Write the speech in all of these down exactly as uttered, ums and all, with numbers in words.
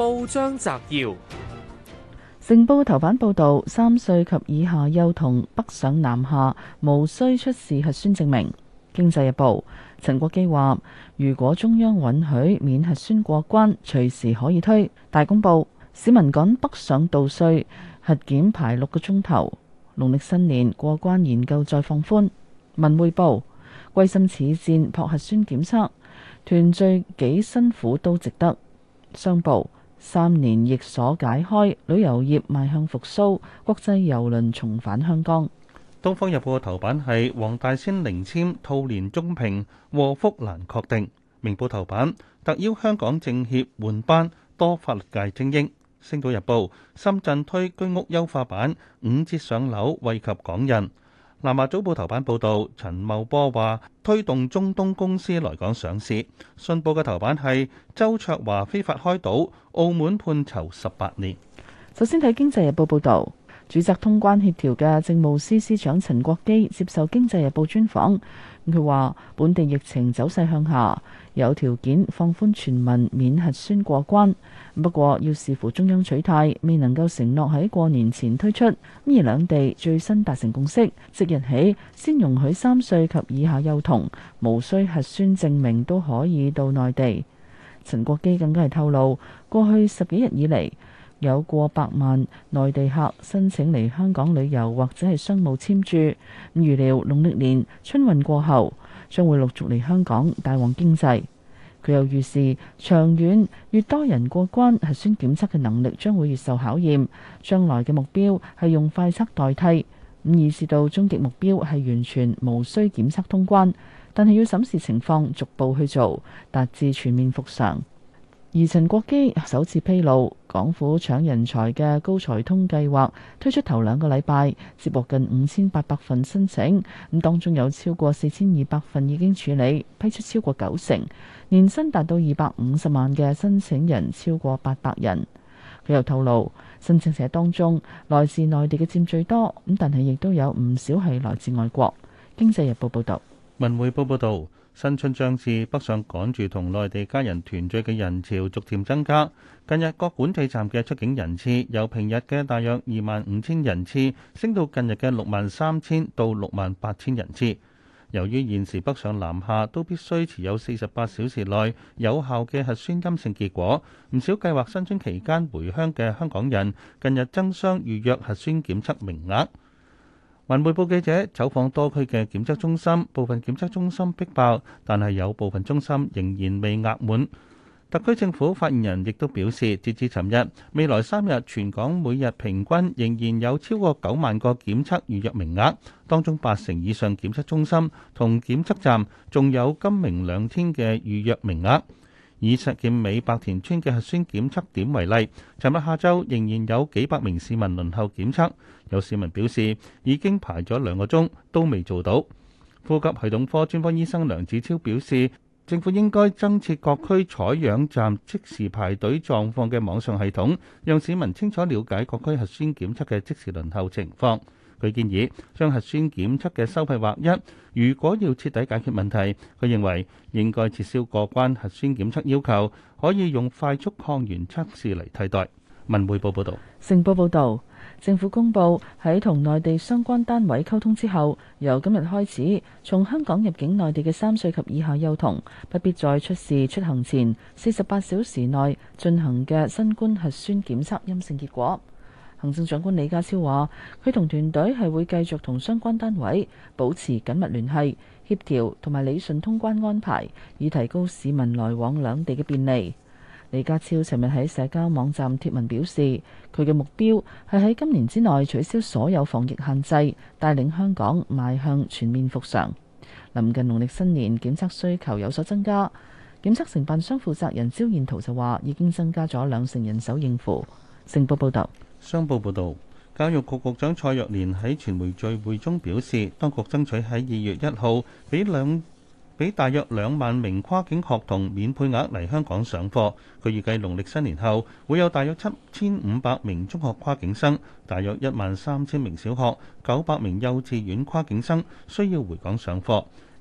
報章摘要： 成報頭版報導，三歲及以下幼童北上南下，無需出示核酸證明。經濟日報陳國基話：如果中央允許免核酸過關，隨時可以推。大公報市民趕北上度歲，核檢排六個鐘頭。農曆新年過關研究再放寬。文匯報歸心似箭撲核酸檢測，團聚幾辛苦都值得。商報三年疫所解開，旅遊業邁向復甦，國際郵輪重返香港。 東方日報嘅頭版係黃大仙零簽兔年中評，禍福難確定。明報頭版特邀香港政協換班，多法律界精英。星島日報深圳推居屋優化版，五折上樓惠及港人。南華早報頭版報導，陳茂波話推動中東公司來港上市。信報嘅頭版係周焯華非法開賭，澳門判囚十八年。 首先睇經濟日報報導，主責通關協調嘅政務司司長陳國基接受經濟日報專訪，佢話本地疫情走勢向下，有條件放寬全民免核酸過關，不過要視乎中央取態，未能夠承諾喺過年前推出。而兩地最新達成共識，即日起先容許三歲及以下幼童無需核酸證明都可以到內地。陳國基更加係透露，過去十幾日以嚟，有過百萬內地客申請嚟香港旅遊或者係商務簽注，預料農曆年春運過後將會陸續嚟香港帶旺經濟。佢又預示長遠越多人過關，核酸檢測嘅能力將會越受考驗。將來嘅目標係用快測代替，咁意識到終極目標係完全無需檢測通關，但係要審視情況，逐步去做，達至全面復常。而陳國基首次披露，港府搶人才嘅高才通計劃推出頭兩個禮拜，接獲近五千八百份申請，咁當中有超過四千二百份已經處理，批出超過九成，年薪達到二百五十萬嘅申請人超過八百人。佢又透露，申請者當中來自內地嘅佔最多，咁但係亦都有唔少係來自外國。經濟日報報導。 文匯報報導。新春將至，北上趕住同內地家人團聚嘅人潮逐漸增加。近日各管制站嘅出境人次由平日嘅大約二萬五千人次，升到近日嘅六萬三千到六萬八千人次。由於現時北上南下都必須持有四十八小時內有效嘅核酸陰性結果，唔少計劃新春期間回鄉嘅香港人近日爭相預約核酸檢測名額。文匯報記者走訪多區嘅檢測中心，部分檢測中心逼爆，但係有部分中心仍然未額滿。特區政府發言人亦都表示，截至尋日，未來三日全港每日平均仍然有超過九萬個檢測預約名額，當中八成以上檢測中心同檢測站仲有今明兩天嘅預約名額。以石硤尾白田村嘅核酸檢測點為例，尋日下晝仍然有幾百名市民輪候檢測，有市民表示已經排咗兩個鐘都未做到。呼吸系統科專科醫生梁子超表示，政府應該增設各區採樣站即時排隊狀況嘅網上系統，讓市民清楚了解各區核酸檢測嘅即時輪候情況。佢建議將核酸檢測嘅收費劃一，如果要徹底解決問題，佢認為應該撤銷過關核酸檢測要求，可以用快速抗原測試嚟替代。文匯報報導。 成報報導，政府公布喺同內地相關單位溝通之後，由今日開始，從香港入境內地嘅三歲及以下幼童，不必再出示出行前四十八小時內進行嘅新冠核酸檢測陰性結果。行政長官李家超話，佢同團隊係會繼續同相關單位保持緊密聯繫，協調同埋理順通關安排，以提高市民來往兩地嘅便利。李家超尋日喺社交網站貼文表示，佢嘅目標係喺今年之內取消所有防疫限制，帶領香港邁向全面復常。臨近農曆新年，檢測需求有所增加，檢測承辦商負責人招彥圖就話已經增加咗兩成人手應付。成報報道。 商報報導，教育局局長蔡若蓮喺傳媒聚會中表示，當局爭取喺二月一號俾兩俾大約兩萬名跨境學童免配額嚟香港上課。佢預計農曆新年後會有大約七千五百名中學跨境生，大約一萬三千名小學、九百名幼稚園跨境生需要回港上課。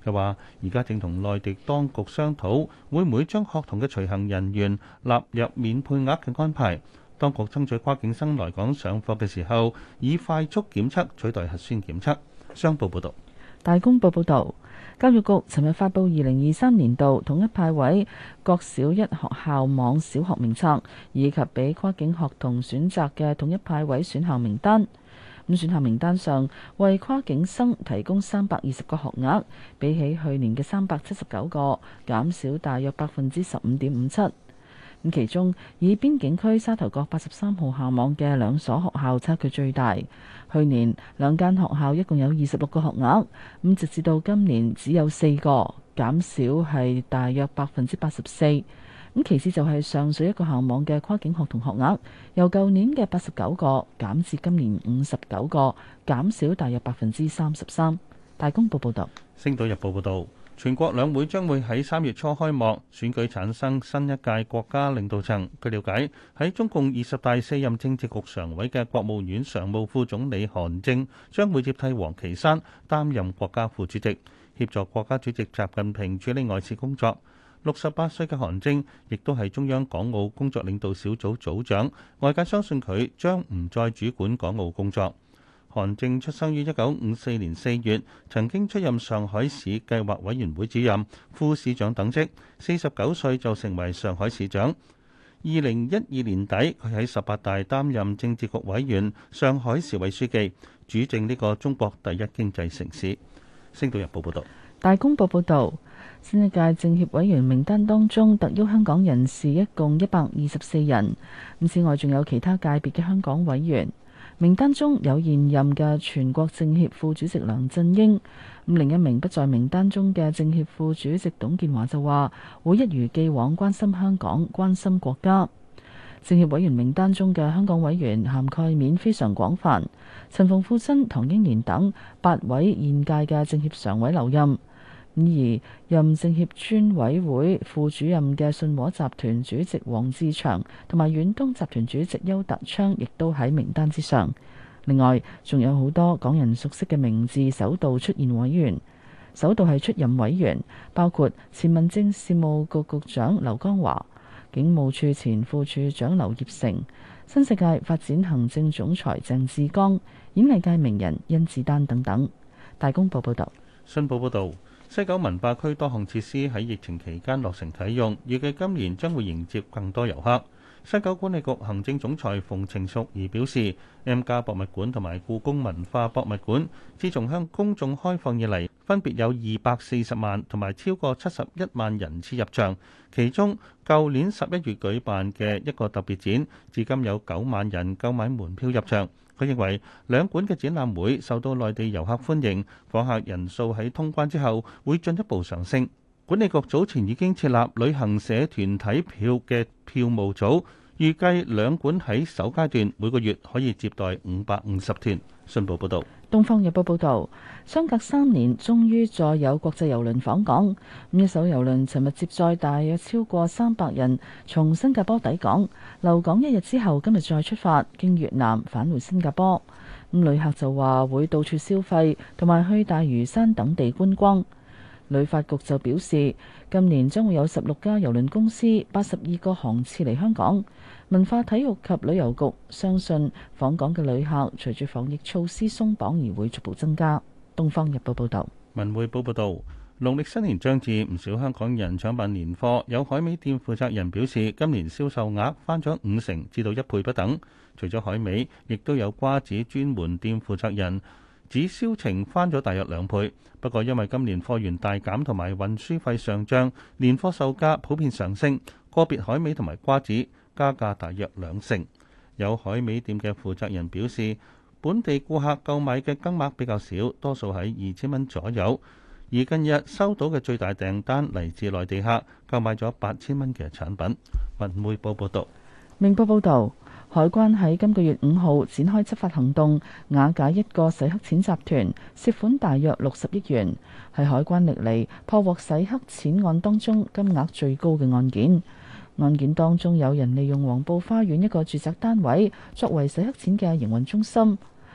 佢話：而家正同內地當局商討，會唔會將學童嘅隨行人員納入免配額嘅安排。當局爭取跨境生來港上課嘅時候，以快速檢測取代核酸檢測。商報報導。 大公報報導，教育局尋日發布二零二三年度統一派位各小一學校網小學名冊，以及俾跨境學童選擇嘅統一派位選校名單。咁選校名單上為跨境生提供三百二十個學額，比起去年嘅三百七十九個，減少大約百分之十五點五七。咁其中以邊境區沙頭角八十三號校網嘅兩所學校差距最大。去年兩間學校一共有二十六個學額，咁直至到今年只有四個，減少係大約百分之八十四。咁其次就係上水一個校網嘅跨境學童學額，由舊年嘅八十九個減至今年五十九個，減少大約百分之三十三。大公報報道。 星島日報報導。全國兩會將會喺三月初開幕，選舉產生新一屆國家領導層。據了解，喺中共二十大卸任政治局常委嘅國務院常務副總理韓正將會接替王岐山擔任國家副主席，協助國家主席習近平處理外事工作。六十八歲嘅韓正亦都係中央港澳工作領導小組組長，外界相信佢將唔再主管港澳工作。韓正出生於一九五四年四月，曾經出任上海市計劃委員會主任、副市長等職。四十九歲就成為上海市長。二零一二年底，佢喺十八大擔任政治局委員、上海市委書記，主政呢個中國第一經濟城市。星島日報報道。 大公報報導，新一屆政協委員名單當中，特邀香港人士一共一百二十四人。咁此外，仲有其他界別嘅香港委員。名單中有現任嘅全國政協副主席梁振英，咁另一名不在名單中嘅政協副主席董建華就話會一如既往關心香港、關心國家。政協委員名單中嘅香港委員涵蓋面非常廣泛，陳馮富珍、唐英年等八位現屆嘅政協常委留任。咁而任政協專委會副主任嘅信和集團主席黃志祥同埋遠東集團主席邱達昌亦都喺名單之上。另外，仲有好多港人熟悉嘅名字首度出現委員，首度係出任委員，包括前民政事務局局長劉江華、警務處前副處長劉業成、新世界發展行政總裁鄭志剛、演藝界名人甄子丹等等。大公報報道。 信報報導。西九文化區多項設施喺疫情期間落成啟用，預計今年將會迎接更多遊客。西九管理局行政總裁馮程淑儀表示 ，M+ 博物館同埋故宮文化博物館自從向公眾開放以嚟，分別有二百四十萬同埋超過七十一萬人次入場。其中，舊年十一月舉辦嘅一個特別展，至今有九萬人購買門票入場。佢認為兩館嘅展覽會受到內地遊客歡迎，訪客人數喺通關之後會進一步上升。管理局早前已經設立旅行社團體票嘅票務組，預計兩館喺首階段每個月可以接待五百五十團。信報報導。 《東方日報》報導，相隔三年，終於再有國際郵輪訪港。咁一艘郵輪尋日接載大約超過三百人從新加坡抵港，留港一日之後，今日再出發經越南返回新加坡。咁旅客就話會到處消費，同埋去大嶼山等地觀光。旅發局就表示，今年將會有十六家郵輪公司、八十二個航次嚟香港。文化體育及旅遊局相信訪港嘅旅客隨住防疫措施鬆綁而會逐步增加。《東方日報》報道。 文匯報報道，農曆新年將至，唔少香港人搶辦年貨。有海味店負責人表示，今年銷售額翻咗五成至到一倍不等。除咗海味，亦都有瓜子專門店負責人指銷情翻咗大約兩倍。不過因為今年貨源大減同埋運輸費上漲，年貨售價普遍上升，個別海味同埋瓜子加價大約兩成。有海味店嘅負責人表示，本地顧客購買嘅金額比較少，多數喺二千蚊左右。而近日收到嘅最大訂單嚟自內地客，購買咗八千蚊嘅產品。文匯報報道。 明報報導，海關喺今個月五號展開執法行動，瓦解一個洗黑錢集團，涉款大約六十億元，係海關歷嚟破獲洗黑錢案當中金額最高嘅案件。案件當中有人利用黃埔花園一個住宅單位作為洗黑錢嘅營運中心，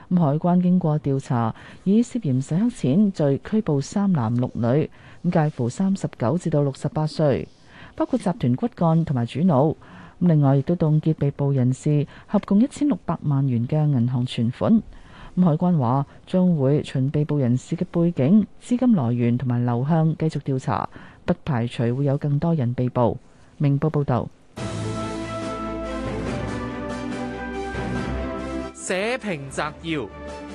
咁海關經過調查，以涉嫌洗黑錢罪拘捕三男六女，咁介乎三十九至到六十八歲，包括集團骨幹同埋主腦。咁另外亦都凍結被捕人士合共一千六百萬元嘅銀行存款。咁海關話將會循被捕人士嘅背景、資金來源同埋流向繼續調查，不排除會有更多人被捕。明報報道。 社評摘要：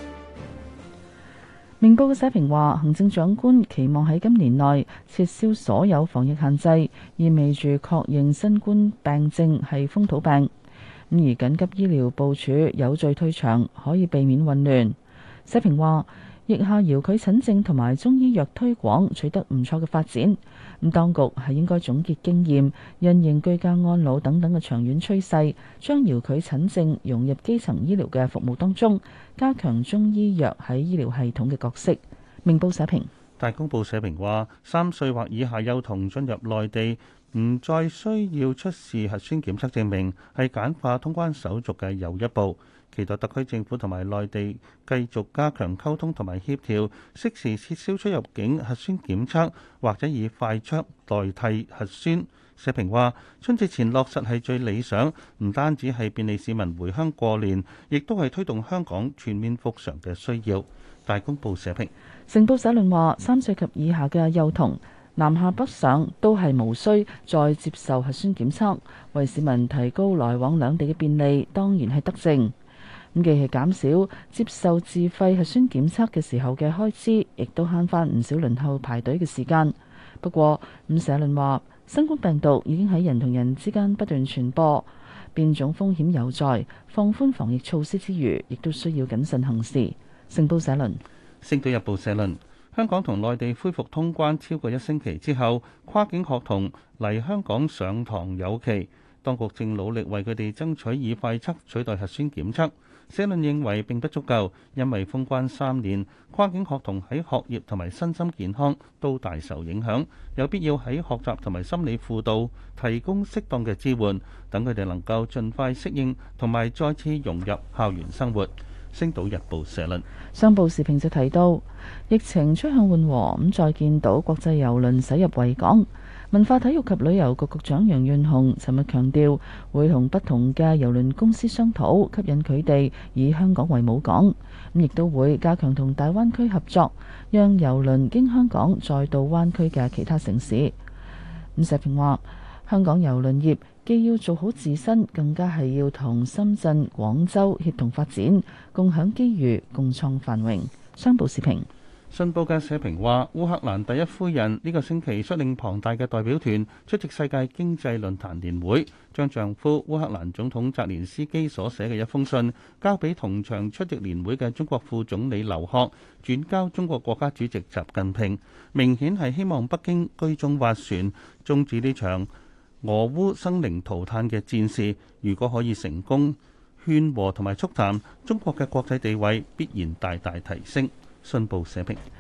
明報嘅社評話，行政長官期望喺今年內撤銷所有防疫限制，意味住確認新冠病症係風土病。咁而緊急醫療部署有序退場，可以避免混亂。社評話，疫下遙距診症同埋中醫藥推廣取得唔錯嘅發展。咁當局係應該總結經驗，因應居家安老等等嘅長遠趨勢，將遙距診症融入基層醫療嘅服務當中，加強中醫藥喺醫療系統嘅角色。明報社評。 大公報社評話，三歲或以下幼童進入內地唔再需要出示核酸檢測證明，係簡化通關手續嘅又一步。期待特區政府同埋內地繼續加強溝通同埋協調，適時撤銷出入境核酸檢測，或者以快測代替核酸。社評話，春節前落實係最理想，唔單止係便利市民回鄉過年，亦都係推動香港全面復常嘅需要。大公報社評。 成報社論話，三歲及以下嘅幼童南下北上都係無需再接受核酸檢測，為市民提高來往兩地嘅便利，當然係德政。咁既係減少接受自費核酸檢測嘅時候嘅開支，亦都慳翻唔少輪候排隊嘅時間。不過，咁社論話，新冠病毒已經喺人同人之間不斷傳播，變種風險有在，放寬防疫措施之餘，亦都需要謹慎行事。成報社論。 星島日報社論。香港同內地恢復通關超過一星期之後，跨境學童嚟香港上堂有期，當局正努力為佢哋爭取以快測取代核酸檢測。社論認為並不足夠，因為封關三年，跨境學童喺學業同埋身心健康都大受影響，有必要喺學習同埋心理輔導提供適當嘅支援，等佢哋能夠盡快適應同埋再次融入校園生活。星島日報社論。 商報時評就提到，疫情趨向緩和，咁再見到國際郵輪駛入維港。文化體育及旅遊局局長楊潤雄尋日強調，會同不同嘅郵輪公司商討，吸引佢哋以香港為母港，咁亦都會加強同大灣區合作，讓郵輪經香港再到灣區嘅其他城市。咁社評話，香港郵輪業既要做好自身，更加係要同深圳、廣州協同發展，共享機遇，共創繁榮。商報時評。 信報嘅社評話，烏克蘭第一夫人呢個星期率領龐大嘅代表團出席世界經濟論壇年會，將丈夫烏克蘭總統澤連斯基所寫嘅一封信交俾同場出席年會嘅中國副總理劉鶴，轉交中國國家主席習近平，明顯係希望北京居中斡旋，終止呢場俄烏生靈塗炭嘅戰事。如果可以成功勸和同埋促談，中國嘅國際地位必然大大提升。信報社評。